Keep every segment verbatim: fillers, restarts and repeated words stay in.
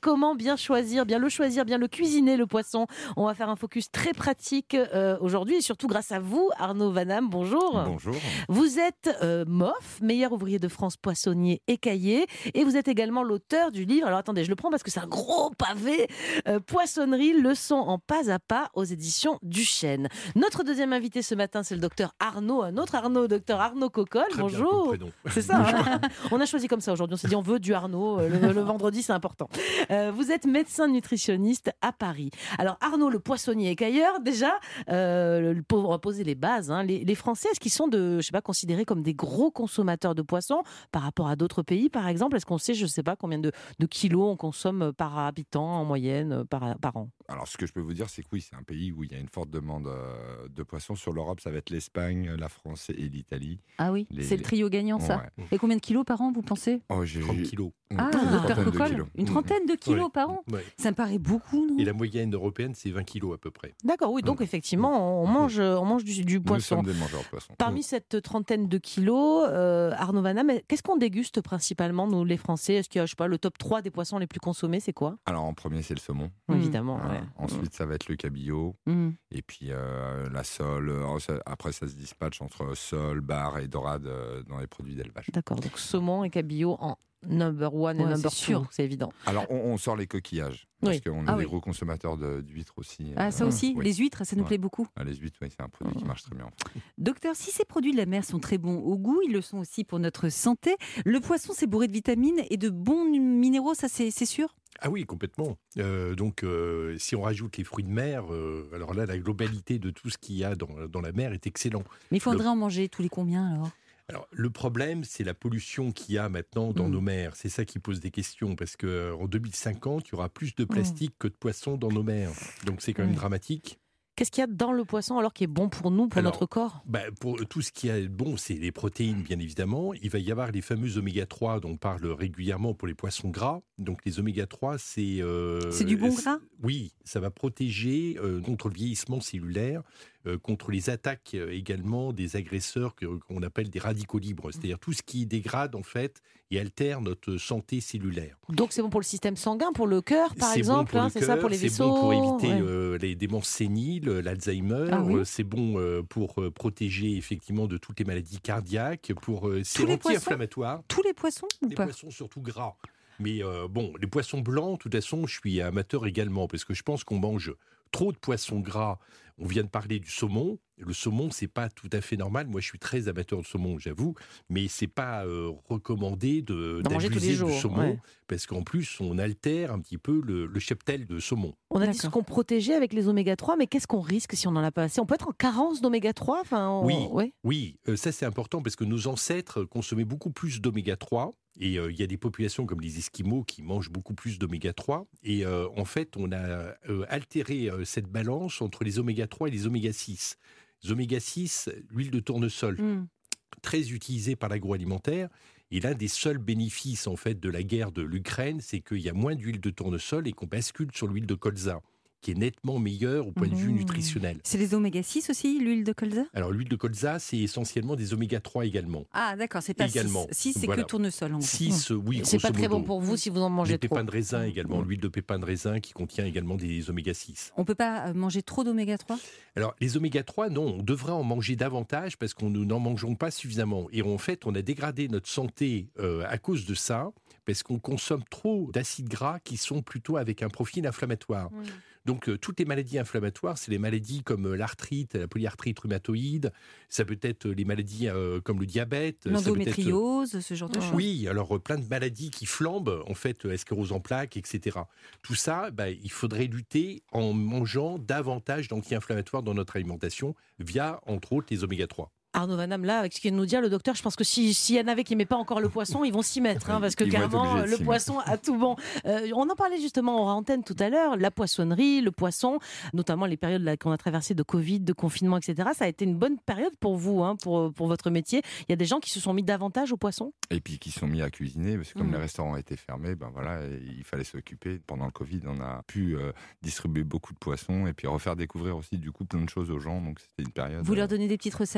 comment bien choisir, bien le choisir, bien le cuisiner, le poisson. On va faire un focus très pratique euh, aujourd'hui et surtout grâce à vous, Arnaud Vanham. Bonjour. Bonjour. Vous êtes euh, M O F, meilleur ouvrier de France, poissonnier écaillé, et vous êtes également l'auteur du livre. Alors attendez, je le prends parce que c'est un gros pavé. Euh, Poissonnerie, leçon en pas à pas aux éditions Duchesne. Notre deuxième invité ce matin, c'est le docteur Arnaud, un autre Arnaud, docteur Arnaud Cocolle. Très Bonjour. bien, c'est ça. Hein. On a choisi comme ça aujourd'hui. On s'est dit on veut du Arnaud. Le, le vendredi, c'est important. Euh, vous êtes médecin nutritionniste à Paris. Alors Arnaud, le poissonnier écailleur, déjà, euh, pour reposer les bases, hein, les, les Français, est-ce qu'ils sont de, je sais pas, considérés comme des gros consommateurs de poissons par rapport à d'autres pays, par exemple? Est-ce qu'on sait, je sais pas, combien de, de kilos on consomme par habitant en moyenne par, par an? Alors, ce que je peux vous dire, c'est que oui, c'est un pays où il y a une forte demande euh, de poissons. Sur l'Europe, ça va être l'Espagne, la France et l'Italie. Ah oui, les... c'est le trio gagnant, ça. Ouais. Et combien de kilos par an, vous pensez? Oh, j'ai trente kilos. Ah, une docteur trentaine de Cocolle, kilos. une trentaine de kilos Ouais. par an. Ouais. Ça me paraît beaucoup, non? Et la moyenne européenne, c'est vingt kilos à peu près. D'accord, oui, donc Mmh. effectivement, on mange, on mange du, du Nous poisson. sommes des mangeurs de poissons. Parmi cette trentaine de kilos, euh, Arnaud Vanham, qu'est-ce qu'on déguste principalement, nous les Français? Est-ce qu'il y a, je sais pas, le top trois des poissons les plus consommés, c'est quoi? Alors, en premier, c'est le saumon. Mmh. Évidemment. Voilà. Ouais. Ensuite, ça va être le cabillaud. Mmh. Et puis, euh, la sole. Alors, ça- Après, ça se dispatche entre sole, bar et dorade euh, dans les produits d'élevage. D'accord, donc saumon et cabillaud en number one et Ouais, number c'est two, sûr. c'est évident. Alors, on, on sort les coquillages. Parce Oui. qu'on est Ah des oui. gros consommateurs de- d'huîtres aussi. Ah, ça Euh, aussi, oui. les huîtres, ça nous Ouais. plaît beaucoup. Ah, les huîtres, oui, c'est un produit qui marche très bien. Docteur, si ces produits de la mer sont très bons au goût, ils le sont aussi pour notre santé. Le poisson, c'est bourré de vitamines et de bons minéraux, ça c'est c'est sûr? Ah oui, complètement. Euh, donc, euh, si on rajoute les fruits de mer, euh, alors là, la globalité de tout ce qu'il y a dans, dans la mer est excellent. Mais il faudrait Le- en manger tous les combien alors? Alors, le problème, c'est la pollution qu'il y a maintenant dans Mm. nos mers. C'est ça qui pose des questions, parce qu'en deux mille cinquante, il y aura plus de plastique que de poissons dans nos mers. Donc, c'est quand même Mm. dramatique. Qu'est-ce qu'il y a dans le poisson alors qui est bon pour nous, pour Alors, notre corps? Bah, pour tout ce qui est bon, c'est les protéines, bien évidemment. Il va y avoir les fameux oméga trois dont on parle régulièrement pour les poissons gras. Donc, les oméga trois, c'est... euh, C'est du bon c'est- gras? Oui, ça va protéger euh, contre le vieillissement cellulaire, euh, contre les attaques euh, également des agresseurs que- qu'on appelle des radicaux libres. C'est-à-dire tout ce qui dégrade, en fait, et altère notre santé cellulaire. Donc c'est bon pour le système sanguin, pour le cœur par C'est exemple, bon pour hein, le c'est ça, cœur, pour les c'est vaisseaux. bon pour éviter ouais. euh, les démences séniles, l'Alzheimer. Ah oui. euh, c'est bon euh, pour euh, protéger effectivement de toutes les maladies cardiaques. Pour euh, c'est Tous les poissons anti-inflammatoire. Tous les poissons ou Les pas? poissons surtout gras. Mais euh, bon, les poissons blancs, de toute façon, je suis amateur également parce que je pense qu'on mange trop de poissons gras. On vient de parler du saumon. Le saumon, c'est pas tout à fait normal. Moi, je suis très amateur de saumon, j'avoue, mais c'est pas euh, recommandé de D'en manger tous les d'abuser jours, du saumon ouais. parce qu'en plus, on altère un petit peu le, le cheptel de saumon. On a dit ce D'accord. qu'on protégeait avec les oméga trois, mais qu'est-ce qu'on risque si on n'en a pas assez? On peut être en carence d'oméga trois, enfin, on- Oui. ouais. Oui, euh, ça c'est important parce que nos ancêtres consommaient beaucoup plus d'oméga trois et euh, il y a des populations comme les Esquimaux qui mangent beaucoup plus d'oméga trois et euh, en fait on a euh, altéré euh, cette balance entre les oméga trois et les oméga six. Les oméga six, l'huile de tournesol, Mm. très utilisée par l'agroalimentaire. Et l'un des seuls bénéfices en fait de la guerre de l'Ukraine, c'est qu'il y a moins d'huile de tournesol et qu'on bascule sur l'huile de colza, qui est nettement meilleure au point de vue Mmh. nutritionnel. C'est les oméga six aussi, l'huile de colza? Alors l'huile de colza, c'est essentiellement des oméga trois également. Ah d'accord, c'est pas Également. six. six, c'est Voilà. que tournesol. En gros. six, oui, C'est pas grosso très bon modo. pour vous si vous en mangez Les trop. pépins de raisin également, Mmh. l'huile de pépins de raisin qui contient également des oméga six. On peut pas euh, manger trop d'oméga trois? Alors, les oméga trois, non, on devrait en manger davantage parce qu'on nous n'en mangeons pas suffisamment. Et en fait, on a dégradé notre santé euh, à cause de ça, parce qu'on consomme trop d'acides gras qui sont plutôt avec un profil inflammatoire. Mmh. Donc, euh, toutes les maladies inflammatoires, c'est les maladies comme euh, l'arthrite, la polyarthrite rhumatoïde, ça peut être les maladies euh, comme le diabète. ça peut être- L'endométriose, ce genre de choses. Oui, alors euh, plein de maladies qui flambent, en fait, euh, sclérose en plaques, et cetera. Tout ça, bah, il faudrait lutter en mangeant davantage d'anti-inflammatoires dans notre alimentation via, entre autres, les oméga trois. Arnaud Vanham, là, avec ce qu'il vient de nous dire, le docteur, je pense que si- s'il y en avait qui n'aimaient pas encore le poisson, ils vont s'y mettre, hein, parce que Ils vont être carrément, obligés de le s'y poisson a tout bon. Euh, on en parlait justement en antenne tout à l'heure, la poissonnerie, le poisson, notamment les périodes là, qu'on a traversées de Covid, de confinement, et cetera. Ça a été une bonne période pour vous, hein, pour, pour votre métier. Il y a des gens qui se sont mis davantage au poisson? Et puis qui sont mis à cuisiner, parce que comme Mhm. les restaurants étaient fermés, ben voilà, il fallait s'occuper. Pendant le Covid, on a pu euh, distribuer beaucoup de poissons et puis refaire découvrir aussi du coup plein de choses aux gens. Donc c'était une période. Vous leur euh, donnez des petites recettes? Oui,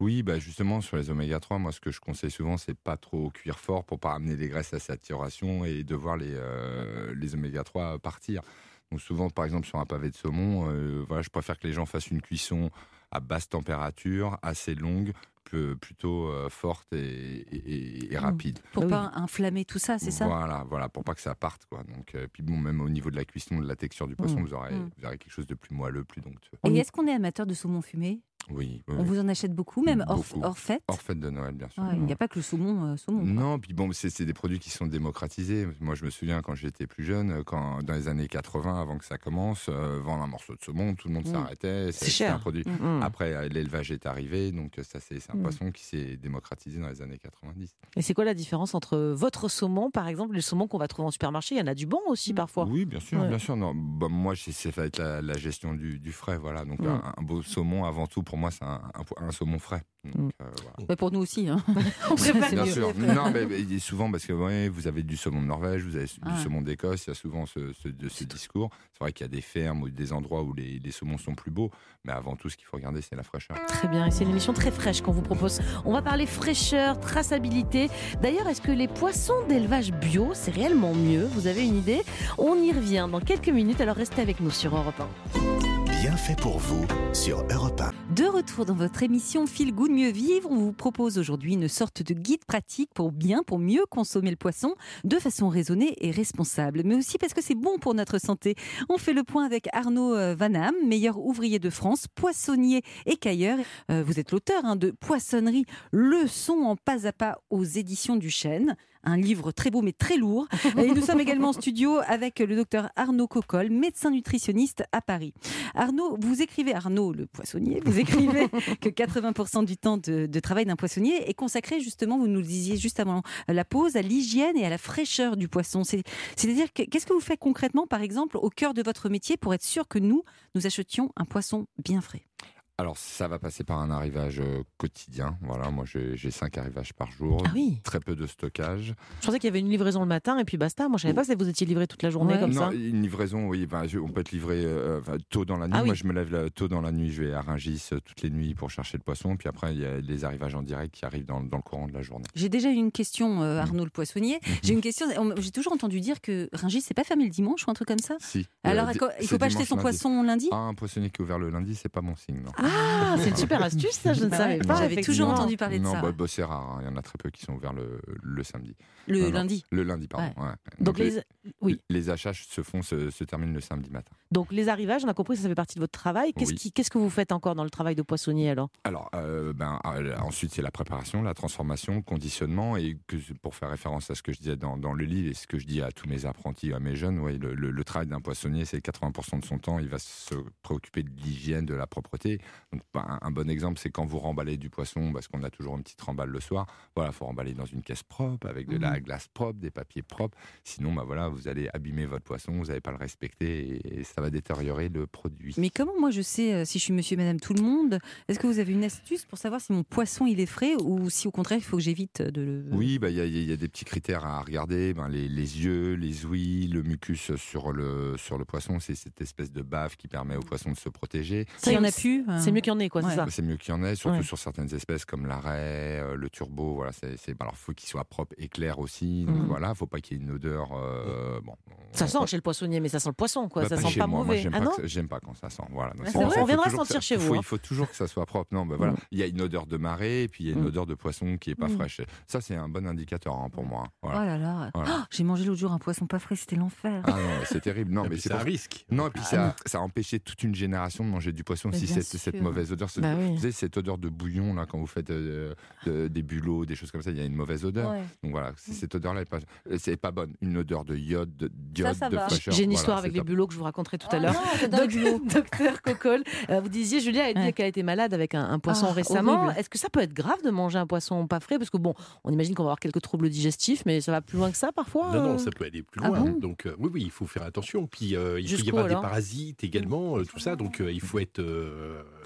Oui, bah justement, sur les oméga trois, moi, ce que je conseille souvent, c'est pas trop cuire fort pour pas amener les graisses à saturation et de voir les, euh, les oméga trois partir. Donc souvent, par exemple, sur un pavé de saumon, euh, voilà, je préfère que les gens fassent une cuisson à basse température, assez longue, plus- plutôt euh, forte et, et- et rapide. Pour Ah oui. pas inflammer tout ça, c'est ça? Voilà, voilà, pour pas que ça parte, quoi. Donc, euh, puis bon, même au niveau de la cuisson, de la texture du poisson, Mm. vous aurez, Mm. vous aurez quelque chose de plus moelleux, plus donctueux. Et est-ce qu'on est amateur de saumon fumé? Oui, oui, On oui. vous en achète beaucoup, même hors, Beaucoup. hors fête? Hors fête de Noël, bien sûr. Ouais, il n'y a pas que le saumon. euh, saumon quoi. Non, puis bon, c'est c'est des produits qui sont démocratisés. Moi, je me souviens quand j'étais plus jeune, quand dans les années quatre-vingts, avant que ça commence, euh, vendre un morceau de saumon, tout le monde Mm. s'arrêtait. C'est C'était cher. un produit. Mm. Après, euh, l'élevage est arrivé, donc euh, ça, c'est c'est un Mm. poisson qui s'est démocratisé dans les années quatre-vingt-dix. Et c'est quoi la différence entre votre saumon, par exemple, et le saumon qu'on va trouver en supermarché? Il y en a du bon aussi Mm. parfois. Oui, bien sûr, Ouais. bien sûr. Non, bah, moi, c'est c'est fait avec la, la gestion du, du frais, voilà. Donc, Mm. un, un beau saumon, avant tout, pour moi, c'est un, un, po- un saumon frais. Donc, Mm. euh, voilà. Ouais, pour nous aussi. Hein. On préfère C'est Bien mieux. sûr. Non, mais, mais souvent parce que ouais, vous avez du saumon de Norvège, vous avez du Ah. saumon d'Écosse, il y a souvent ce, ce, de- ce discours. C'est vrai qu'il y a des fermes ou des endroits où les, les saumons sont plus beaux, mais avant tout, ce qu'il faut regarder, c'est la fraîcheur. Très bien, et c'est une émission très fraîche qu'on vous propose. On va parler fraîcheur, traçabilité. D'ailleurs, est-ce que les poissons d'élevage bio, c'est réellement mieux? Vous avez une idée? On y revient dans quelques minutes, alors restez avec nous sur Europe un. Bien fait pour vous sur Europe un. De retour dans votre émission Feel Good Mieux Vivre, on vous propose aujourd'hui une sorte de guide pratique pour bien, pour mieux consommer le poisson de façon raisonnée et responsable, mais aussi parce que c'est bon pour notre santé. On fait le point avec Arnaud euh, Vanham, meilleur ouvrier de France, poissonnier et cailleur. Euh, vous êtes l'auteur hein, de Poissonnerie, leçon en pas à pas aux éditions du Chêne. Un livre très beau mais très lourd. Et nous sommes également en studio avec le docteur Arnaud Cocolle, médecin nutritionniste à Paris. Arnaud, vous écrivez, Arnaud le poissonnier, vous écrivez que quatre-vingts pour cent du temps de, de travail d'un poissonnier est consacré justement, vous nous le disiez juste avant la pause, à l'hygiène et à la fraîcheur du poisson. C'est, c'est-à-dire, que, qu'est-ce que vous faites concrètement, par exemple, au cœur de votre métier pour être sûr que nous, nous achetions un poisson bien frais? Alors, ça va passer par un arrivage euh, quotidien. Voilà, moi, j'ai j'ai cinq arrivages par jour. Ah oui, Très peu de stockage. je pensais qu'il y avait une livraison le matin et puis basta. Moi, je savais pas si vous étiez livré toute la journée Ouais. comme non, ça. une livraison, oui, ben, je- on peut être livré euh, enfin, tôt dans la nuit. Ah oui. Moi, je me lève là, tôt dans la nuit, je vais à Rungis euh, toutes les nuits pour chercher le poisson. Puis après, il y a les arrivages en direct qui arrivent dans, dans le courant de la journée. J'ai déjà eu une question, euh, Arnaud le poissonnier. J'ai une question. on- J'ai toujours entendu dire que Rungis, c'est pas fermé le dimanche ou un truc comme ça. Si. Alors, Euh, il faut- il c'est faut pas acheter dimanche, son lundi. poisson lundi. Ah, un poissonnier qui est ouvert le lundi, c'est pas mon signe, non. Ah, c'est une super astuce, ça, je ne Bah savais ouais, pas. J'avais toujours effectivement. entendu parler de non, ça. bah, bah, c'est rare. hein. Il y en a très peu qui sont ouverts le, le samedi. Le Non, non. lundi. Le lundi, pardon. ouais. Donc, les... oui. les achats se font, se, se terminent le samedi matin. Donc les arrivages, on a compris que ça fait partie de votre travail. Qu'est-ce, Oui. qui- qu'est-ce que vous faites encore dans le travail de poissonnier alors? Alors, euh, ben, euh, ensuite, c'est la préparation, la transformation, le conditionnement. Et que, pour faire référence à ce que je disais dans, dans le livre et ce que je dis à tous mes apprentis, à mes jeunes, ouais, le, le- le travail d'un poissonnier, c'est quatre-vingts pour cent de son temps, il va se préoccuper de l'hygiène, de la propreté. Donc, ben, un, un bon exemple, c'est quand vous remballez du poisson, parce qu'on a toujours une petite remballe le soir. Voilà, il faut remballer dans une caisse propre, avec de Mhm. la glace propre, des papiers propres. Sinon, ben, voilà, vous allez abîmer votre poisson, vous n'allez pas le respecter et, et ça va détériorer le produit. Mais comment moi je sais euh, si je suis monsieur et madame tout le monde? Est-ce que vous avez une astuce pour savoir si mon poisson il est frais ou si au contraire il faut que j'évite de le... Oui, bah, il y, a- il y a des petits critères à regarder. Ben, les, les yeux, les ouïes, le mucus sur le, sur le poisson, c'est cette espèce de bave qui permet au poisson de se protéger. S'il y en a plus, euh, C'est mieux qu'il y en ait, quoi, Ouais. c'est ça? C'est mieux qu'il y en ait, surtout Ouais. sur certaines espèces comme l'arrêt, euh, le turbo. Voilà, c'est, c'est, alors, faut qu'il soit propre et clair aussi. Donc Mhm. voilà, faut pas qu'il y ait une odeur. euh, bon, Ça on- sent chez le poissonnier, mais ça sent le poisson, quoi. Bah, ça pas sent chez pas moi. mauvais. Moi, j'aime, Ah pas non que ça- j'aime pas quand ça sent. Voilà. Donc, Ah, c'est c'est pour vrai ça, On faut viendra toujours que sentir ça- chez vous, faut- hein. Il faut toujours que ça soit propre. Non, bah, voilà. Mm. Il y a une odeur de marée et puis il y a une Mm. odeur de poisson qui est pas Mm. fraîche. Ça, c'est un bon indicateur hein, pour moi. Oh Voilà. là là. Voilà. Oh, j'ai mangé l'autre jour un poisson pas frais, c'était l'enfer. Ah non, c'est terrible. Non, Ah, mais puis c'est c'est un pour- risque. Non, et puis Ah ça, ça a empêché toute une génération de manger du poisson. Mais Si bien cette, sûr. cette mauvaise odeur, ce- Bah oui. vous savez, cette odeur de bouillon là, quand vous faites euh, de- des bulots, des choses comme ça, il y a une mauvaise odeur. Ouais. Donc voilà, c'est- cette odeur-là, est pas, c'est pas bonne. Une odeur de iode, de d'iode, ça de va. fraîcheur. J'ai une voilà, histoire c'est avec les top. bulots que je vous raconterai tout à Oh l'heure. non, j'adore le bulot. Docteur Cocolle, euh, vous disiez, Julia a dit Ouais. qu'elle a été malade avec un, un poisson Ah, récemment. horrible. Est-ce que ça peut être grave de manger un poisson pas frais? Parce que bon, on imagine qu'on va avoir quelques troubles digestifs, mais ça va plus loin que ça parfois. Non, euh non, ça peut aller plus Ah loin. bon Donc, euh, oui, oui, il faut faire attention. Puis, euh, il peut y Jusqu'où, avoir alors des parasites également, euh, tout ça. Donc, euh, il faut être euh,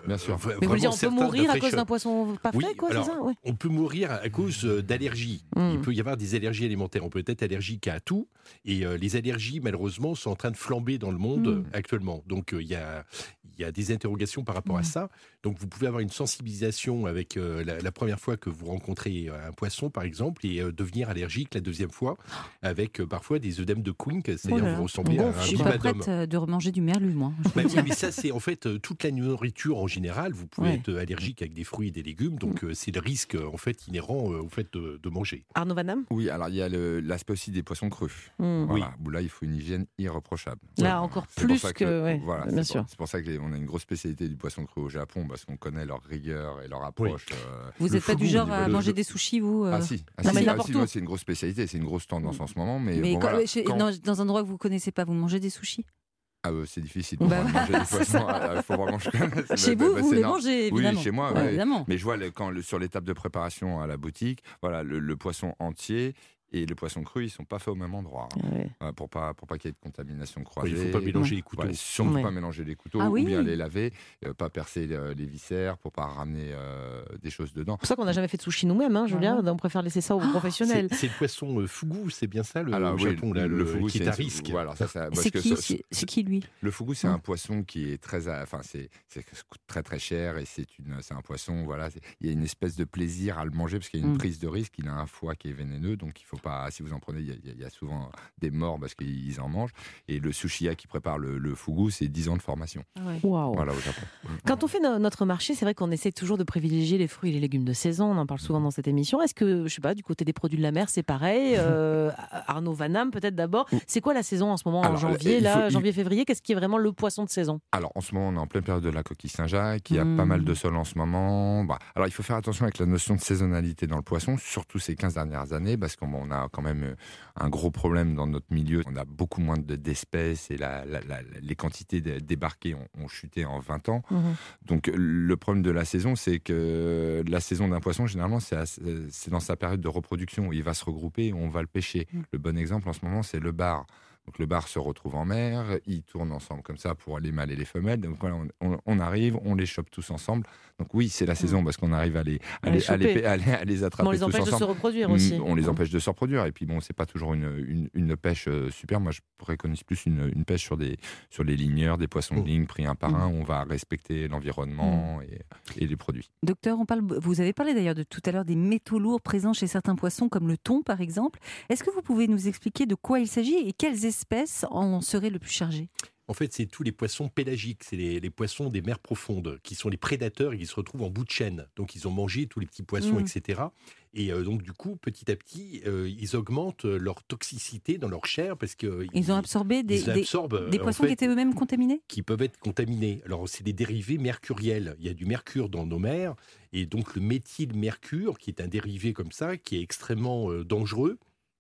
Bien sûr. v- Mais vous voulez dire, vraiment on peut certain de la mourir à cause fraîcheur. d'un poisson pas frais, Oui, quoi, alors, c'est ça ouais. On peut mourir à cause euh, d'allergies. Mm. Il peut y avoir des allergies alimentaires. On peut être allergique à tout. Et euh, les allergies, malheureusement, sont en train de flamber dans le monde Mm. euh, actuellement. Donc, euh, il y, a, il y a des interrogations par rapport Mm. à ça. Donc, vous pouvez avoir une sensibilisation avec euh, la, la première fois que vous rencontrez un poisson, par exemple, et euh, devenir allergique la deuxième fois, avec euh, parfois des œdèmes de Quink, c'est-à-dire Oh là que là. vous ressemblez à Gonfle. un Je suis pas bimadome. prête euh, de remanger du merlu, moi. je vous Bah le oui, dis. mais ça, c'est en fait euh, toute la nourriture en général. Vous pouvez Ouais. être allergique avec des fruits et des légumes, donc euh, c'est le risque euh, en fait inhérent euh, au fait de, de manger. Arnaud Vanham. Oui, alors il y a le- l'aspect aussi des poissons crus. Mm. Voilà, où là, il faut une hygiène irréprochable. Là, Voilà. encore C'est pour plus ça que- ouais, voilà, bien c'est sûr. pour- C'est pour ça qu'on a une grosse spécialité du poisson cru au Japon, parce qu'on connaît leur rigueur et leur approche. euh, Vous Le n'êtes pas du fugu, genre le- à le- manger des sushis, vous euh Ah si, ah, Non, si, mais ah, n'importe si, où. moi, c'est une grosse spécialité, c'est une grosse tendance en ce moment. Mais, Mais bon, quand- voilà, chez- quand- non, dans un endroit que vous connaissez pas, vous mangez des sushis. Ah, euh, c'est difficile pour Bah, moi de manger des c'est poissons. Il faut vraiment que je connaisse. Chez Bah, vous, bah, vous c'est les normal. mangez, Oui, évidemment. chez moi, Ouais, ouais. évidemment. Mais je vois le- quand le- sur l'étape de préparation à la boutique, voilà, le, le poisson entier et le poisson cru, ils sont pas faits au même endroit, hein. Ouais. Voilà, pour pas pour pas qu'il y ait de contamination Ouais, croisée. il ne faut pas mélanger les couteaux. Voilà, surtout Ouais. pas mélanger les couteaux Ah ou oui. bien les laver, euh, pas percer euh, les viscères pour pas ramener euh, des choses dedans. C'est pour ça qu'on n'a jamais fait de sushi nous-mêmes, hein, Julia. Ah. On préfère laisser ça aux professionnels. C'est c'est le poisson euh, fugu, c'est bien ça le Alors, au oui, Japon, là, le, fugu, qui est c'est à risque. Voilà, ça, ça- parce C'est que qui, ce- c'est ce- c'est qui lui Le fugu, c'est Hum. un poisson qui est très, à- enfin, c'est, c'est ça coûte très très cher et c'est une, c'est un poisson. Voilà, c'est- il y a une espèce de plaisir à le manger parce qu'il y a une Hum. prise de risque. Il a un foie qui est vénéneux, donc il faut pas. Si vous en prenez, il y a, il y a- il y a souvent des morts parce qu'ils en mangent. Et le sushiya qui prépare le, le fugu, c'est dix ans de formation. Waouh. Voilà, au Japon. Quand on fait no- notre marché, c'est vrai qu'on essaie toujours de privilégier les fruits et les légumes de saison. On en parle souvent dans cette émission. Est-ce que, je sais pas, du côté des produits de la mer, c'est pareil euh, Arnaud Vanham, peut-être d'abord. C'est quoi la saison en ce moment, en Alors, janvier, il là, faut- il- janvier-février Qu'est-ce qui est vraiment le poisson de saison Alors, en ce moment, on est en pleine période de la coquille Saint-Jacques. Il y a Mmh. pas mal de sol en ce moment. Bah, alors, il faut faire attention avec la notion de saisonnalité dans le poisson, surtout ces quinze dernières années, parce qu'on on a quand même euh, un gros problème dans notre milieu. On a beaucoup moins de- d'espèces et la, la- la- les quantités de- débarquées ont, ont chuté en vingt ans. Donc, le problème de la saison, c'est que la saison d'un poisson, généralement, c'est à- c'est dans sa période de reproduction où il va se regrouper et on va le pêcher. Mmh. Le bon exemple en ce moment, c'est le bar. Donc le bar se retrouve en mer, ils tournent ensemble comme ça pour les mâles et les femelles. Donc voilà, on, on- on arrive, on les chope tous ensemble. Donc oui, c'est la saison parce qu'on arrive à les, à À les, les à les, choper. à les- à les attraper Mais on les tous empêche de se ensemble. reproduire aussi. Mm, On les empêche de se reproduire. Et puis bon, c'est pas toujours une, une, une pêche euh, super. Moi, je préconise plus une, une pêche sur, des, sur les ligneurs, des poissons de Mm. ligne pris un par un. On va respecter l'environnement et, et les produits. Docteur, on parle, vous avez parlé d'ailleurs de tout à l'heure des métaux lourds présents chez certains poissons, comme le thon par exemple. Est-ce que vous pouvez nous expliquer de quoi il s'agit et quelles espèces en seraient le plus chargées ? En fait, c'est tous les poissons pélagiques, c'est les, les poissons des mers profondes, qui sont les prédateurs et qui se retrouvent en bout de chaîne. Donc, ils ont mangé tous les petits poissons, Mm. et cetera. Et euh, donc, du coup, petit à petit, euh, ils augmentent leur toxicité dans leur chair parce que Ils ont absorbé des, ils des- absorbent, des euh, en poissons fait, qui étaient eux-mêmes contaminés ? qui peuvent être contaminés. Alors, c'est des dérivés mercuriels. Il y a du mercure dans nos mers. Et donc, le méthylmercure, qui est un dérivé comme ça, qui est extrêmement euh, dangereux,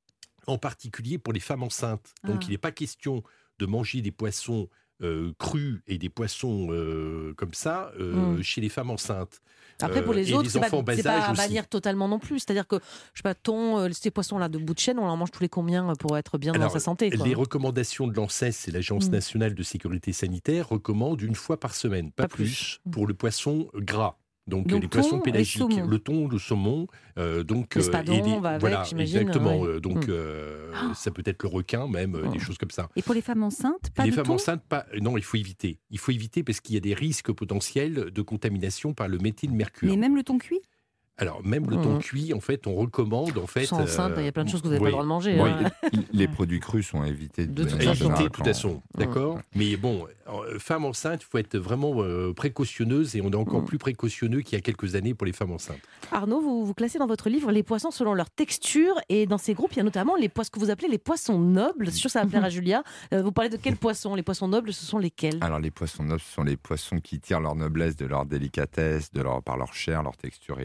en particulier pour les femmes enceintes. Donc, Ah. il n'est pas question de manger des poissons euh, crus et des poissons euh, comme ça euh, Mm. chez les femmes enceintes. Après, pour Euh, les et autres, les c'est pas, enfants en bas c'est pas âge à aussi. bannir totalement non plus. C'est-à-dire que, je sais pas, thon, euh, ces poissons-là de bout de chaîne, on en mange tous les combien pour être bien Alors, dans sa santé quoi. Les recommandations de l'A N S E S, c'est l'Agence Mm. nationale de sécurité sanitaire, recommandent une fois par semaine, pas, Pas plus. plus, pour le poisson gras. Donc, Donc, les poissons thon et pélagiques, saumon. le thon, le saumon, euh, donc L'espadon et les- va avec, voilà, j'imagine, exactement. ouais. euh, donc Mm. euh, ça peut être le requin même, euh, Mm. des choses comme ça. Et pour les femmes enceintes, pas les de femmes thon ? enceintes, pas. Non, il faut éviter. Il faut éviter parce qu'il y a des risques potentiels de contamination par le méthylmercure. Mais même le thon cuit ? Alors même le thon Mm. cuit, en fait, on recommande en fait. Sans enceinte, il y a plein de choses que vous n'avez pas oui. le droit de manger. Bon, hein. il- les produits crus sont évités De toute manière À façon. éviter générale de toute quand- façon, d'accord. Mais bon, euh, femme enceinte, il faut être vraiment euh, précautionneuse et on est encore Mm. plus précautionneux qu'il y a quelques années pour les femmes enceintes. Arnaud, vous, vous classez dans votre livre les poissons selon leur texture et dans ces groupes, il y a notamment les poissons que vous appelez les poissons nobles. C'est sûr, ça va plaire à Julia. Euh, vous parlez de quels poissons ? Les poissons nobles, ce sont lesquels ? Alors les poissons nobles, ce sont les poissons qui tirent leur noblesse de leur délicatesse, de leur, par leur chair, leur texture et leur goût.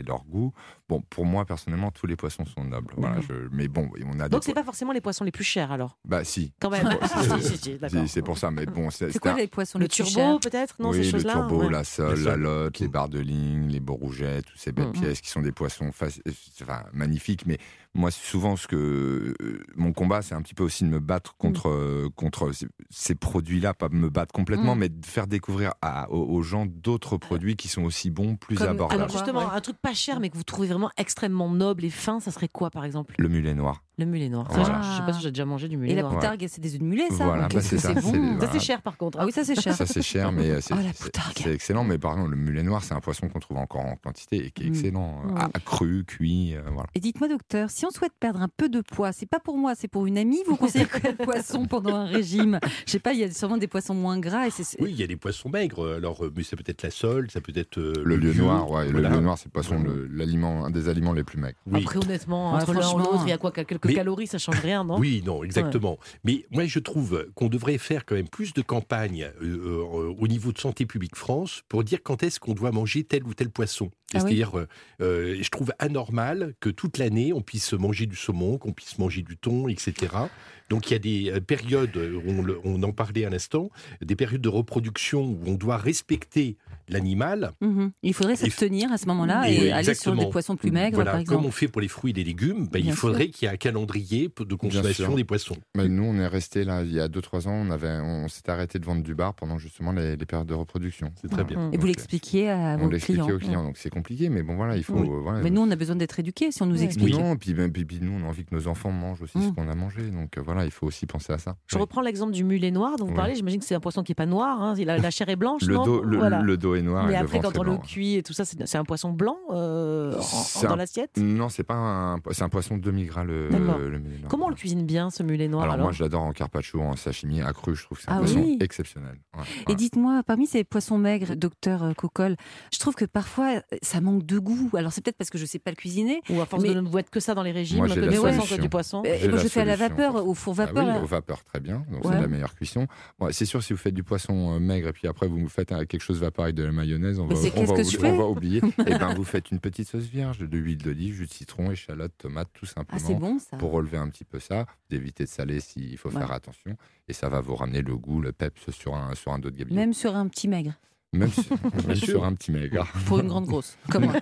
goût. Bon, pour moi, personnellement, tous les poissons sont nobles. Voilà, je... Mais bon, on a Donc, des c'est pas forcément les poissons les plus chers, alors? Bah, si. Quand même. C'est, si, si, si, d'accord. c'est, c'est pour ça, mais bon... C'est, C'est quoi un... les poissons Le les plus turbo, chers peut-être? Non, oui, ces choses-là le turbo, ouais. la sole, La la sole. lotte, les barres de ligne, les bourrougets, toutes ces belles Mhm. pièces qui sont des poissons faci- enfin, magnifiques. Mais moi, souvent, ce que euh, mon combat, c'est un petit peu aussi de me battre contre, euh, contre ces- ces produits-là, pas me battre complètement, Mhm. mais de faire découvrir à- aux, aux gens d'autres produits qui sont aussi bons, plus Comme- abordables. Alors, justement, Ouais. un truc pas cher, mais que vous trouvez vraiment extrêmement noble et fin, ça serait quoi, par exemple? Le mulet noir. Le mulet noir. Ça, Voilà. je, je sais pas si j'ai déjà mangé du mulet Et la noir. poutargue, c'est des œufs de mulet, ça Voilà, Donc, bah, est-ce c'est que ça, c'est bon c'est- Ça, voilà. c'est cher, par contre. Ah oui, ça, c'est cher. Ça, c'est cher, mais euh, c'est, Oh, la c'est- poutargue. c'est excellent. Mais par exemple, le mulet noir, c'est un poisson qu'on trouve encore en quantité et qui est Mm. excellent. Mm. À, à cru, cuit, euh, voilà. Et dites-moi, docteur, si on souhaite perdre un peu de poids, c'est pas pour moi, c'est pour une amie, vous conseillez quel poisson pendant un régime? Je sais pas, il y a sûrement des poissons moins gras. Et c'est... Oui, il y a des poissons maigres. Alors, euh, mais ça peut être la sole, ça peut être euh, Le lieu lieu. noir, ouais, Voilà. le lieu noir, c'est le poisson, Voilà. le- l'aliment, un des aliments les plus maigres. Oui. Après, honnêtement, Ouais, entre l'un ou franchement. l'autre, il y a quoi? Quelques Mais- calories, ça change rien, non? Oui, non, exactement. Mais moi, je trouve qu'on devrait faire quand même plus de campagnes euh, euh, au niveau de Santé publique France pour dire quand est-ce qu'on doit manger tel ou tel poisson. Ah oui. C'est-à-dire, euh, euh, je trouve anormal que toute l'année, on puisse manger du saumon, qu'on puisse manger du thon, et cetera. Donc il y a des euh, périodes, euh, on, le- on en parlait à l'instant, des périodes de reproduction où on doit respecter l'animal. Mhm. Il faudrait Et- s'abstenir à ce moment-là Et et oui, aller sur exactement. des poissons plus maigres, Voilà, par exemple. comme on fait pour les fruits et les légumes, ben, Bien il faudrait qu'il y ait un calendrier de consommation sûr. des poissons. Mais nous, on est resté là, il y a deux trois ans, on, avait, on s'était arrêté de vendre du bar pendant justement les, les périodes de reproduction. C'est très bien. Mm. Et vous Donc, l'expliquiez à On vos l'expliquait clients. aux clients, donc c'est compliqué, mais bon voilà, il faut. Oui. euh, voilà. Mais nous, on a besoin d'être éduqués si on nous Oui. explique. Non, puis, puis, puis, puis nous, on a envie que nos enfants mangent aussi ce Mm. qu'on a mangé, donc euh, voilà, il faut aussi penser à ça. Je Oui. reprends l'exemple du mulet noir dont vous Oui. parlez. J'imagine que c'est un poisson qui n'est pas noir. Hein. La, la chair est blanche, Le non dos, le, Voilà. le dos est noir. Mais et le après, ventre quand on est le blanc. cuit et tout ça, c'est c'est un poisson blanc euh, en- C'est dans un- l'assiette. Non, c'est pas un, c'est un poisson demi-gras le, D'accord. le mulet noir. Comment on le cuisine bien, ce mulet noir alors, alors moi, je l'adore en carpaccio, en sashimi, à cru. Je trouve que c'est un Ah poisson oui. exceptionnel. Ouais, Et voilà. dites-moi, parmi ces poissons maigres, docteur euh, Cocolle, je trouve que parfois, ça manque de goût. Alors, c'est peut-être parce que je ne sais pas le cuisiner. Ou à force Mais- de ne vous être que ça dans les régimes, Moi, que j'ai du la poisson, que solution. du poisson. Euh, J'ai moi, la je fais à la solution. vapeur, au four Ah vapeur. oui, là. au vapeur, très bien. Donc Ouais. c'est la meilleure cuisson. Bon, c'est sûr, si vous faites du poisson euh, maigre et puis après vous faites euh, quelque chose vapeur avec de la mayonnaise, on Mais va, c'est on qu'est-ce va, que oubli- je fais on va oublier. Et ben vous faites une petite sauce vierge de huile d'olive, jus de citron, échalote, tomate, tout Ah, c'est simplement. bon, ça. Pour relever un petit peu ça, d'éviter de saler s'il faut Ouais. faire attention. Et ça va vous ramener le goût, le peps sur un, sur un dos de gabion. Même sur un petit maigre. Même, sur, même sûr. sur un petit maigre. Pour une grande grosse, comme moi.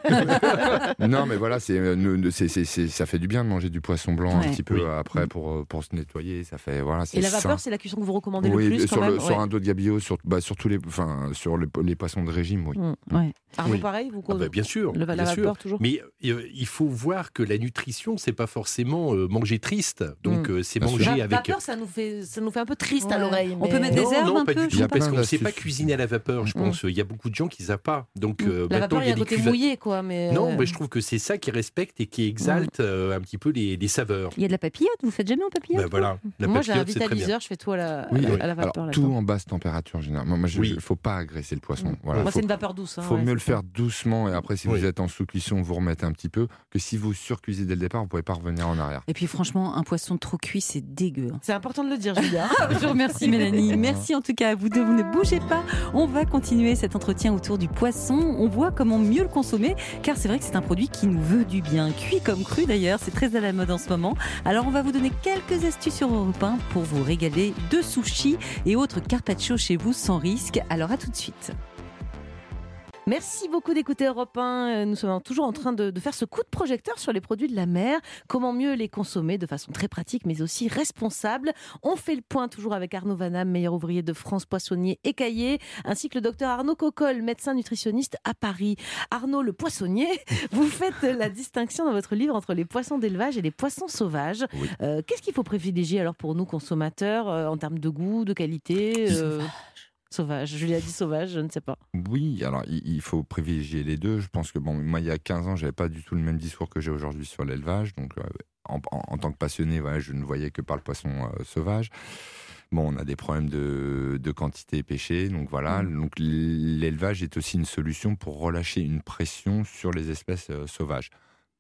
Non, mais voilà, c'est, euh, ne- ne- c'est, c'est, c'est- ça fait du bien de manger du poisson blanc Ouais. un petit peu Oui. après pour, euh, pour se nettoyer. Ça fait, voilà, c'est Et la sain. vapeur, c'est la cuisson que vous recommandez Oui, le plus sur, quand le- même. sur Ouais. un dos de gabillaud, sur, bah, sur, tous les, enfin, sur les, les poissons de régime, oui. Mm. Ouais. Arnaud, Oui. pareil, vous Ah bah, bien sûr, le, la bien sûr. vapeur toujours. Mais euh, il faut voir que la nutrition, c'est pas forcément euh, manger triste. Donc Mm. euh, c'est Bien sûr. manger Va- avec. Vapeur, ça nous fait, ça nous fait un peu triste à Ouais. l'oreille. On mais- peut mettre des non, herbes non, un pas peu, du je sais tout, pas. parce qu'on ne sait Plein pas d'astuces. cuisiner à la vapeur, je Mm. pense. Il y a beaucoup de gens qui savent pas. Donc euh, La maintenant, vapeur, il y a un des côté cuva- mouillé, quoi. Mais Non, euh, mais je trouve que c'est ça qui respecte et qui exalte euh, un petit peu les, les saveurs. Il y a de la papillote, vous faites jamais en papillote Ben voilà, la moi, j'ai un papillote, c'est très bien. vitaliseur, je fais tout à la, Oui, à la- oui. à la vapeur. Alors, là-dedans. tout en basse température, généralement. Moi, il Oui. ne faut pas agresser le poisson. Mm. Voilà, Moi, faut, c'est une vapeur douce. hein, faut ouais, mieux le c'est ça. faire doucement et après, si Oui. vous êtes en sous-cuisson, vous remettez un petit peu. Que si vous surcuisez dès le départ, vous ne pouvez pas revenir en arrière. Et puis franchement, un poisson trop cuit, c'est dégueu. C'est important de le dire, Julia. Je vous remercie Mélanie. Merci en tout cas à vous deux. Vous ne bougez pas. On va continuer cet entretien autour du poisson. On voit comment mieux le consommer, car c'est vrai que c'est un produit qui nous veut du bien. Cuit comme cru d'ailleurs, c'est très à la mode en ce moment. Alors on va vous donner quelques astuces sur Europe un pour vous régaler de sushis et autres carpaccio chez vous sans risque. Alors à tout de suite. Merci beaucoup d'écouter Europe un. Nous sommes toujours en train de, de faire ce coup de projecteur sur les produits de la mer. Comment mieux les consommer de façon très pratique, mais aussi responsable. On fait le point toujours avec Arnaud Vanham, meilleur ouvrier de France, poissonnier écaillé, ainsi que le docteur Arnaud Cocolle, médecin nutritionniste à Paris. Arnaud, le poissonnier, vous faites la distinction dans votre livre entre les poissons d'élevage et les poissons sauvages. Oui. Euh, qu'est-ce qu'il faut privilégier alors pour nous consommateurs euh, en termes de goût, de qualité euh, Sauvage. Julie a dit sauvage, je ne sais pas. Oui, alors il, il faut privilégier les deux. Je pense que bon, moi, il y a quinze ans, je n'avais pas du tout le même discours que j'ai aujourd'hui sur l'élevage. Donc, euh, en, en, en tant que passionné, voilà, je ne voyais que par le poisson euh, sauvage. Bon, on a des problèmes de, de quantité pêchée, donc voilà. Mmh. Donc l'élevage est aussi une solution pour relâcher une pression sur les espèces euh, sauvages.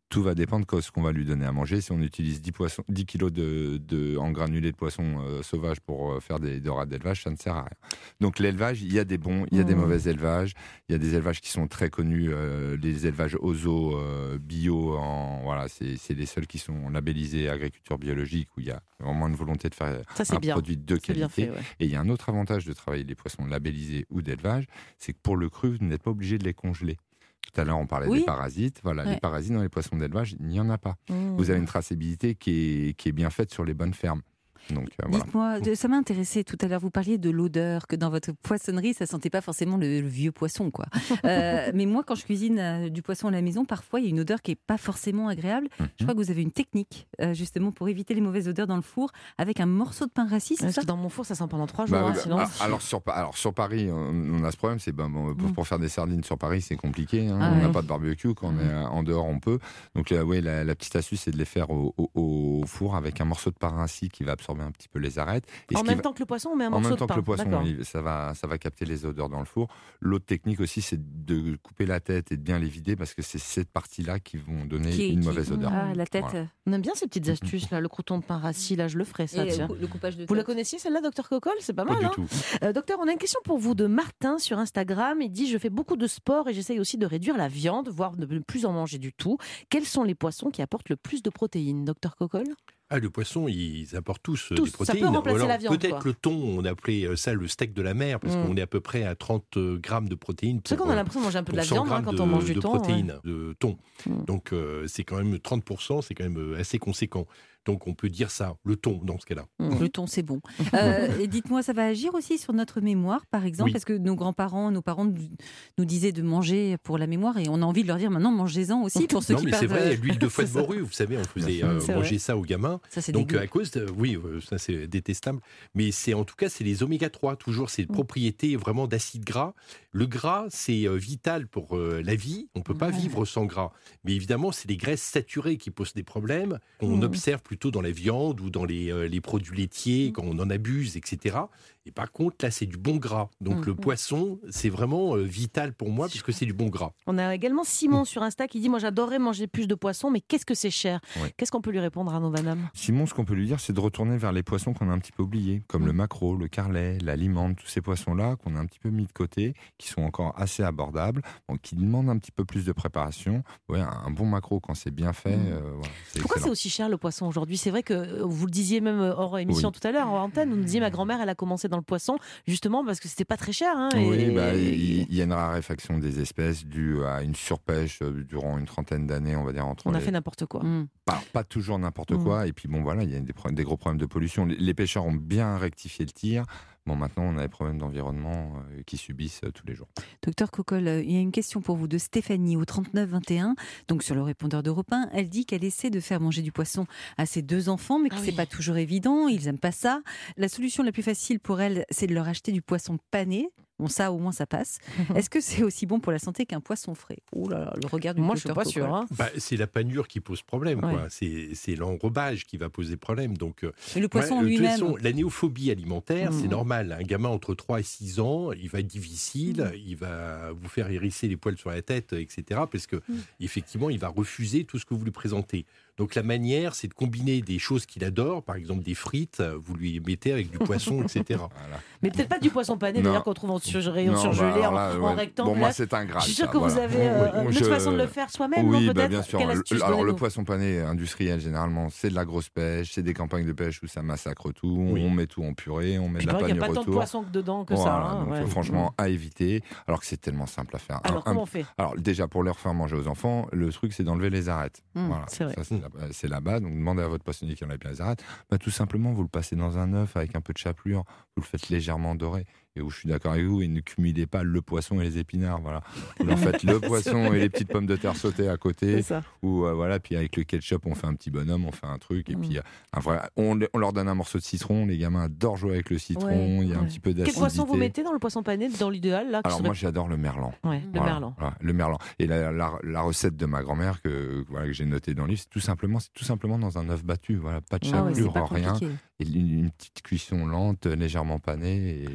Tout va dépendre de ce qu'on va lui donner à manger. Si on utilise dix, poissons, dix kilos de, de, en granulés de poissons euh, sauvages pour euh, faire des dorades d'élevage, ça ne sert à rien. Donc l'élevage, il y a des bons, il y a mmh. des mauvais élevages. Il y a des élevages qui sont très connus, euh, les élevages ozo, euh, bio, en, voilà, c'est, c'est les seuls qui sont labellisés agriculture biologique, où il y a vraiment une volonté de faire ça, un bien. produit de c'est qualité. Fait, ouais. Et il y a un autre avantage de travailler les poissons labellisés ou d'élevage, c'est que pour le cru, vous n'êtes pas obligé de les congeler. Tout à l'heure, on parlait oui. des parasites. Voilà, ouais. Les parasites dans les poissons d'élevage, il n'y en a pas. Mmh. Vous avez une traçabilité qui est, qui est bien faite sur les bonnes fermes. Donc, euh, Dites-moi, voilà. Ça m'a intéressé tout à l'heure, vous parliez de l'odeur, que dans votre poissonnerie, ça sentait pas forcément le, le vieux poisson, quoi. euh, mais moi, quand je cuisine euh, du poisson à la maison, parfois, il y a une odeur qui est pas forcément agréable. Mm-hmm. Je crois que vous avez une technique, euh, justement, pour éviter les mauvaises odeurs dans le four, avec un morceau de pain rassis, c'est Parce ça que dans mon four, ça sent pendant trois jours, bah, hein, bah, sinon... bah, alors, sur, alors, sur Paris, on, on a ce problème, c'est ben, bon, pour, mm. pour faire des sardines sur Paris, c'est compliqué, hein, ah, on n'a ouais. pas de barbecue, quand on est en dehors, on peut. Donc, là, ouais, la, la petite astuce, c'est de les faire au, au, au four avec un morceau de pain rassis qui va absorber un petit peu les arêtes. Et en même va... temps que le poisson, on met un morceau de pain. En même temps que le poisson, il, ça, va, ça va capter les odeurs dans le four. L'autre technique aussi, c'est de couper la tête et de bien les vider, parce que c'est cette partie-là qui vont donner qui, une qui... mauvaise odeur. Ah, la tête. Voilà. On aime bien ces petites astuces, là, le crouton de pain rassis, là, je le ferai, ça. Et le coupage de tête. Vous la connaissiez, celle-là, docteur Cocolle? C'est pas mal, pas hein du tout. Euh, docteur, on a une question pour vous de Martin sur Instagram. Il dit « Je fais beaucoup de sport et j'essaye aussi de réduire la viande, voire de ne plus en manger du tout. Quels sont les poissons qui apportent le plus de protéines, docteur Cocolle ?» Ah, le poisson, ils apportent tous, tous des protéines. Ça peut remplacer alors, la viande, peut-être quoi. le thon, on appelait ça le steak de la mer, parce mmh. qu'on est à peu près à trente grammes de protéines. C'est qu'on a l'impression de manger un peu de la viande hein, quand de, on mange du de thon. protéines, ouais. de thon. Mmh. Donc euh, c'est quand même trente pour cent, c'est quand même assez conséquent. Donc on peut dire ça, le thon dans ce cas-là. Mmh. Le thon, c'est bon. Euh, et dites-moi, ça va agir aussi sur notre mémoire, par exemple, oui. parce que nos grands-parents, nos parents nous disaient de manger pour la mémoire, et on a envie de leur dire maintenant, mangez-en aussi pour ceux non, qui mais perdent. C'est vrai, l'huile de foie de morue, vous savez, on faisait euh, manger vrai. ça aux gamins. Ça, c'est Donc dégueu. à cause, de, oui, ça c'est détestable. Mais c'est en tout cas, c'est les oméga trois. Toujours, c'est une propriété vraiment d'acide gras. Le gras, c'est euh, vital pour euh, la vie. On peut pas ouais. vivre sans gras. Mais évidemment, c'est les graisses saturées qui posent des problèmes. On mmh. observe plutôt dans la viande ou dans les, euh, les produits laitiers, mmh. quand on en abuse, et cetera. Et par contre, là, c'est du bon gras. Donc, mmh. le poisson, c'est vraiment euh, vital pour moi, puisque c'est du bon gras. On a également Simon mmh. sur Insta qui dit « Moi, j'adorerais manger plus de poissons, mais qu'est-ce que c'est cher ?» ouais. Qu'est-ce qu'on peut lui répondre, Arnaud Vanham ? Simon, ce qu'on peut lui dire, c'est de retourner vers les poissons qu'on a un petit peu oubliés, comme mmh. le maquereau, le carlet, la limande, tous ces poissons-là qu'on a un petit peu mis de côté, qui sont encore assez abordables, donc qui demandent un petit peu plus de préparation. Ouais, un bon maquereau, quand c'est bien fait, mmh. euh, voilà, c'est Pourquoi excellent. C'est aussi cher, le poisson, aujourd'hui ? C'est vrai que vous le disiez même hors émission oui. tout à l'heure, en antenne, vous nous disiez « Ma grand-mère, elle a commencé dans le poisson », justement parce que c'était pas très cher. Hein, oui, et... bah, il y a une raréfaction des espèces due à une surpêche durant une trentaine d'années, on va dire. Entre on les... a fait n'importe quoi. Mmh. Pas, pas toujours n'importe mmh. quoi. Et puis bon, voilà, il y a des, des gros problèmes de pollution. Les, les pêcheurs ont bien rectifié le tir. Bon, maintenant, on a des problèmes d'environnement euh, qui subissent euh, tous les jours. Docteur Cocolle, il y a une question pour vous de Stéphanie au trente-neuf vingt et un, donc sur le répondeur d'Europe un. Elle dit qu'elle essaie de faire manger du poisson à ses deux enfants, mais que ah c'est oui. pas toujours évident, ils n'aiment pas ça. La solution la plus facile pour elle, c'est de leur acheter du poisson pané. Bon, ça, au moins, ça passe. Est-ce que c'est aussi bon pour la santé qu'un poisson frais ? Oh là là, le regard du Moi, je suis pas sûr. Hein. Bah, c'est la panure qui pose problème. Ouais. Quoi. C'est, c'est l'enrobage qui va poser problème. Donc, mais le poisson ouais, lui-même. Façon, la néophobie alimentaire, mmh. c'est normal. Un gamin entre trois et six ans, il va être difficile, mmh. il va vous faire hérisser les poils sur la tête, et cetera. Parce que, mmh. effectivement, il va refuser tout ce que vous lui présentez. Donc la manière, c'est de combiner des choses qu'il adore, par exemple des frites, vous lui mettez avec du poisson, et cetera. Voilà. Mais peut-être pas du poisson pané, d'ailleurs, qu'on trouve en surgelé, en, surgelé, bah, là, en, ouais. en rectangle. Bon, moi, c'est un grade. Je suis sûre que voilà. vous avez euh, oui, une autre je... façon de le faire soi-même, oui, non, bah, peut-être bien sûr. astuce, Alors, le poisson pané industriel, généralement, c'est de la grosse pêche, c'est des campagnes de pêche où ça massacre tout, oui. on met tout en purée, on met je de la panure autour. Il n'y a pas tant de poisson que dedans que voilà, ça. Hein, donc, ouais. Franchement, à éviter, alors que c'est tellement simple à faire. Alors, un, comment un... on fait ? Alors, déjà, pour leur faire manger aux enfants, le truc, c'est d'enlever les arêtes. Mmh, voilà. C'est vrai. Ça, c'est, là, c'est là-bas, donc demandez à votre poissonnier qui enlève les arêtes. Bah, tout simplement, vous le passez dans un œuf avec un peu de chapelure, vous le faites légèrement dorer. Et où je suis d'accord avec vous, et ne cumulez pas le poisson et les épinards. Voilà. Vous en faites le poisson et les petites pommes de terre sautées à côté. Ou euh, voilà, puis avec le ketchup, on fait un petit bonhomme, on fait un truc. Et mmh. puis, un vrai, on, on leur donne un morceau de citron. Les gamins adorent jouer avec le citron. Ouais, il y a ouais. un petit peu d'acidité. Quel poisson vous mettez dans le poisson pané, dans l'idéal là, Alors, moi, j'adore le merlan. Ouais, le voilà, merlan. Voilà, le merlan. Et la, la, la recette de ma grand-mère que, voilà, que j'ai notée dans le livre, c'est tout simplement, c'est tout simplement dans un œuf battu. Voilà, pas de chapelure, ah ouais, rien. Et une, une petite cuisson lente, légèrement panée. Et c'est délicieux.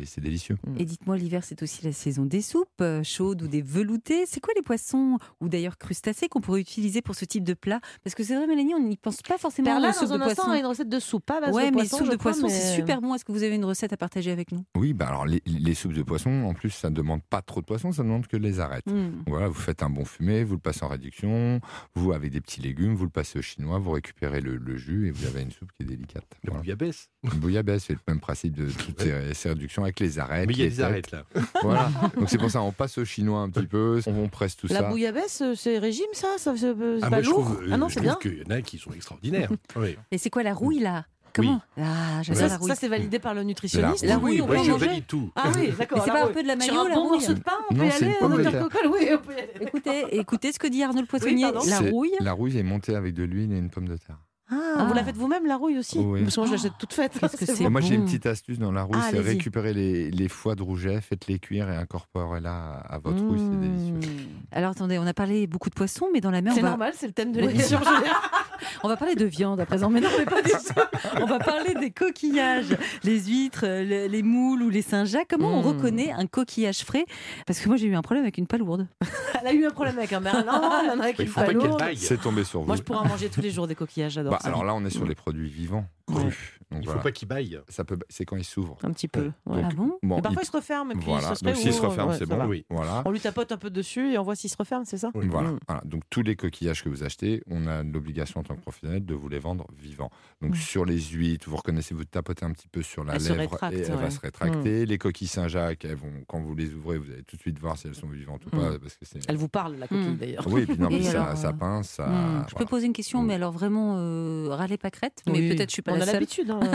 délicieux. Et dites-moi, l'hiver, c'est aussi la saison des soupes euh, chaudes ou des veloutés. C'est quoi les poissons ou d'ailleurs crustacés qu'on pourrait utiliser pour ce type de plat? Parce que c'est vrai, Mélanie, on n'y pense pas forcément Perla, aux soupes dans de un instant, poisson. a une recette de soupe. Pas base Ouais, de mais poisson, soupe je de crois, poisson, mais- c'est super bon. Est-ce que vous avez une recette à partager avec nous? Oui, bah alors les, les soupes de poisson, en plus, ça ne demande pas trop de poisson, ça demande que les arêtes. Mmh. Voilà, vous faites un bon fumé, vous le passez en réduction, vous avec des petits légumes, vous le passez au chinois, vous récupérez le, le jus et vous avez une soupe qui est délicate. La Voilà. bouillabaisse. Une bouillabaisse, c'est le même principe de toutes ces, ces réductions avec les arêtes. Mais il y a les des têtes. arêtes là. Voilà, donc c'est pour ça on passe au chinois un petit peu, on, on presse tout La ça. bouillabaisse, c'est régime, ça, ça c'est c'est Ah, pas moi, je lourd. trouve, euh, Ah non, je c'est trouve bien. qu'il y en a qui sont extraordinaires. Oui. Et c'est quoi la rouille là? Comment? Ah, j'adore Ça, la rouille. ça, c'est validé par le nutritionniste. La rouille, on peut Moi, en je manger. valide tout. Ah oui, d'accord. Mais c'est la pas un rouille. peu de la Sur mayo, un la bon rouille? morceau de pain, on Non, peut y c'est aller, une pomme de docteur terre. Cocolle. Oui, on peut y aller. Écoutez, écoutez ce que dit Arnaud le Poissonnier. pardon. la C'est- rouille. La rouille est montée avec de l'huile et une pomme de terre. Ah, vous la faites vous-même, la rouille aussi? Oui. Parce que moi, je l'achète toute faite. Qu'est-ce que c'est Et moi j'ai bon. une petite astuce dans la rouille, Ah, c'est allez-y. récupérer les, les foies de rouget, faites-les cuire et incorporez-la à, à votre rouille, c'est délicieux. Mmh. Alors attendez, on a parlé beaucoup de poissons, mais dans la mer, C'est on va, normal, c'est le thème de Oui. l'émission. on va parler de viande à présent. Mais non, mais pas du tout. On va parler des coquillages, les huîtres, le- les moules ou les Saint-Jacques. Comment on Mmh. reconnaît un coquillage frais? Parce que moi, j'ai eu un problème avec une palourde. Elle a eu un problème avec un merlan, elle en a avec Il une faut pas qu'elle palourde. baille. C'est tombé sur vous. Moi, je pourrais en manger tous les jours des coquillages, j'adore Bah, ça. alors là, on est sur les produits vivants, Ouais. crus. Donc Il ne faut voilà. pas qu'il baille. Ça peut, c'est quand ils s'ouvrent. Un petit peu. ouais. Donc, Ah bon? bon, Et parfois, il- il se referme, et puis voilà. ce serait Donc s'il se ouvre, referme, ouais, c'est ça bon. va. Oui. Voilà. On lui tapote un peu dessus et on voit s'il se referme, c'est ça? Oui. Voilà, Mm. voilà. Donc tous les coquillages que vous achetez, on a l'obligation en tant que professionnel de vous les vendre vivants. Donc Mm. sur les huîtres, vous reconnaissez, vous tapotez un petit peu sur la Elle se lèvre rétracte, et elle ouais. va se rétracter. Les coquilles Saint-Jacques, elles vont, quand vous les ouvrez, vous allez tout de suite voir si elles sont vivantes ou pas. Mm. Parce que c'est... Elle vous parle, la coquille, Mm. d'ailleurs. Oui, puis non, Et mais ça, alors, ça euh, pince, ça. Hmm, Je voilà. peux poser une question, Oui. mais alors vraiment, euh, râlez pas crête, mais Oui. peut-être je suis pas On la a seule. l'habitude. hein.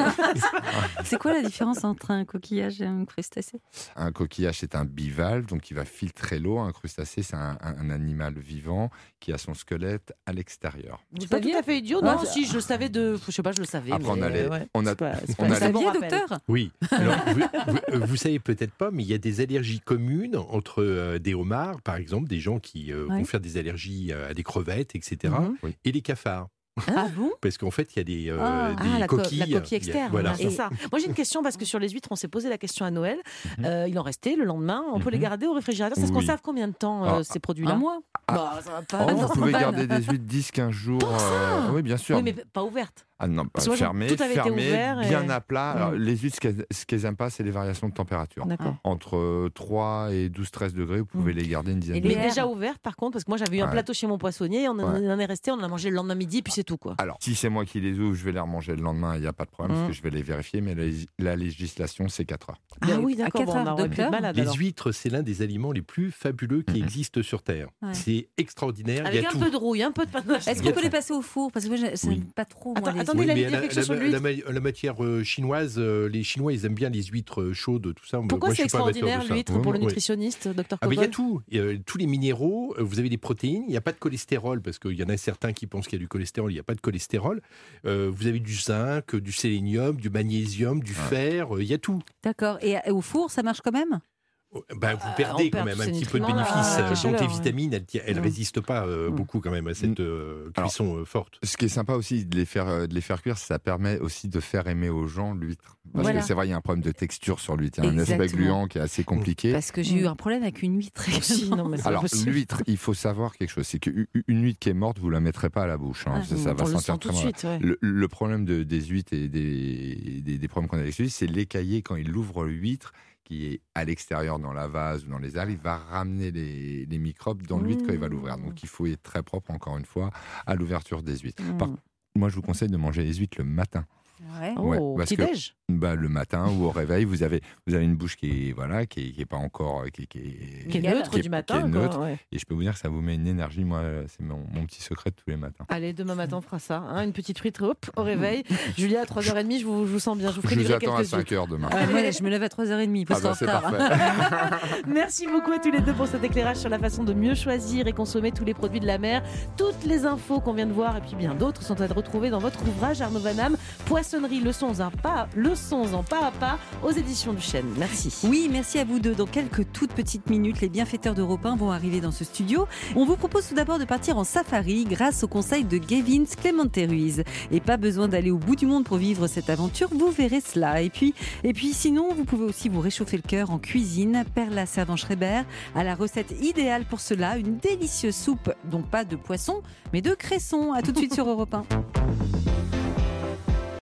C'est quoi la différence entre un coquillage et un crustacé? Un coquillage, c'est un bivalve, donc il va filtrer l'eau. Un crustacé, c'est un, un- un animal vivant qui a son squelette à l'extérieur. C'est pas tout à fait idiot, non? Si, je le savais de. Je sais pas, je le savais. Après, on mais, a les- ouais, on a- c'est pas- c'est on pas- a c'est les- un Vous bon saviez, rappel. docteur? Oui. Alors, vous, vous, euh, vous savez peut-être pas, mais il y a des allergies communes entre euh, des homards, par exemple, des gens qui euh, Ouais. vont faire des allergies euh, à des crevettes, et cetera, Mhm. et les cafards. Ah bon? Parce qu'en fait, il y a des, euh, Ah, des Ah, la, co- coquilles. la coquille il y a- externe, voilà. c'est ça. Moi, j'ai une question parce que sur les huîtres, on s'est posé la question à Noël. Mhm. Euh, il en restait le lendemain. On peut les Mhm. garder au réfrigérateur. Ça se Oui. conserve combien de temps, euh, Ah, ces produits-là? Un mois? Bah, ça va Oh, pas. vous ça pouvez va pas. garder des huîtres dix à quinze jours. Pour ça euh, oui, bien sûr. Oui, mais pas ouvertes. Ah non, Parce que moi, fermé, tout avait été fermé, ouvert et- bien à plat. Alors, Mm. les huîtres, ce qu'elles ce qu'elles aiment pas, c'est les variations de température. D'accord. Entre euh, trois et douze treize degrés, vous pouvez Mm. les garder une dizaine Et de Mais les jours. déjà ouvertes, par contre, parce que moi, j'avais eu un Ouais. plateau chez mon poissonnier. On en, Ouais. on en est resté. On en a mangé le lendemain midi, puis c'est tout, quoi. Alors, si c'est moi qui les ouvre, je vais les remanger le lendemain, il n'y a pas de problème, Mm. parce que je vais les vérifier, mais la, la législation, c'est quatre heures. Ah oui, À d'accord. quatre Bon, on heures, aurait pu être docteur? malade, Les alors. huîtres, c'est l'un des aliments les plus fabuleux qui Mhm. existent sur Terre. Ouais. C'est extraordinaire. il Avec y a un tout. peu de rouille, un peu de panache. Est-ce Il y a qu'on peut les tout. passer au four? Parce que moi, je- ça Oui. n'aime pas trop. Moi, Attends, les attendez, Oui, il a mais dit la, quelque la- chose sur la- l'huître. la- la matière euh, chinoise, euh, les Chinois, ils aiment bien les huîtres euh, chaudes, tout ça. Pourquoi Moi, je c'est suis pas amateur de extraordinaire, ça. l'huître, pour le Oui. nutritionniste, docteur Ah, mais il y a Cocolle? tout. Et, euh, tous les minéraux, euh, vous avez des protéines, il n'y a pas de cholestérol, parce qu'il y en a certains qui pensent qu'il y a du cholestérol, il n'y a pas de cholestérol. Euh, vous avez du zinc, du sélénium, du magnésium, du fer, euh, il y a tout. D'accord. Et et au four, ça marche quand même? Ben, vous Ah, perdez on perd quand même tous un ces petit peu de nutriments-là, bénéfices. avec la Donc chaleur, les ouais. vitamines, elles ne Mm. résistent pas euh, Mm. beaucoup quand même à cette euh, Alors, cuisson euh, forte. Ce qui est sympa aussi de les faire, euh, de les faire cuire, ça permet aussi de faire aimer aux gens l'huître. Parce Voilà. que c'est vrai, il y a un problème de texture sur l'huître. Il y a un aspect Exactement. gluant qui est assez compliqué. Parce que j'ai eu un problème avec une huître. Si, non, mais c'est pas Alors, possible. l'huître, il faut savoir quelque chose. C'est qu'une huître qui est morte, vous la mettrez pas à la bouche. hein. Ah, ça, ça va On le sentir sent très tout de mauvais. suite, ouais. Le, le problème de- des huîtres et des, des, des problèmes qu'on a avec les huîtres, c'est l'écaillé quand il ouvre l'huître, qui est à l'extérieur dans la vase ou dans les algues, il va ramener les, les microbes dans l'huître quand il va l'ouvrir. Donc il faut être très propre, encore une fois, à l'ouverture des huîtres. Mm. Par- Moi, je vous conseille de manger les huîtres le matin. Ouais. Oh, Ouais, au parce que- petit-déj. Bah, le matin ou au réveil, vous avez, vous avez une bouche qui est, voilà, qui est, qui est pas encore... Qui, qui est, Qui est Égale. neutre qui est- du matin. qui est quoi, neutre. ouais. Et je peux vous dire que ça vous met une énergie. Moi, c'est mon, mon petit secret de tous les matins. Allez, demain matin, on fera ça. hein, une petite huître, hop, au réveil. Julia, à trois heures trente, je vous, je vous sens bien. Je vous ferai Je vous livrer attends à quelques cinq huîtres. heures demain. Ah, moi, je me lève à trois heures trente. Il faut Ah se bah, en c'est retard. parfait. Merci beaucoup à tous les deux pour cet éclairage sur la façon de mieux choisir et consommer tous les produits de la mer. Toutes les infos qu'on vient de voir et puis bien d'autres sont à retrouver dans votre ouvrage Arnaud Vanham, Poisson Poissonnerie, leçons en pas, leçons en pas à pas aux éditions du Chêne. Merci. Oui, merci à vous deux. Dans quelques toutes petites minutes, les bienfaiteurs d'Europe un vont arriver dans ce studio. On vous propose tout d'abord de partir en safari grâce au conseil de Gavin Clémente Ruiz. Et pas besoin d'aller au bout du monde pour vivre cette aventure, vous verrez cela. Et puis, et puis sinon, vous pouvez aussi vous réchauffer le cœur en cuisine. Perla Servan-Schreiber a la recette idéale pour cela, une délicieuse soupe, dont pas de poisson, mais de cresson. À tout de suite sur Europe un.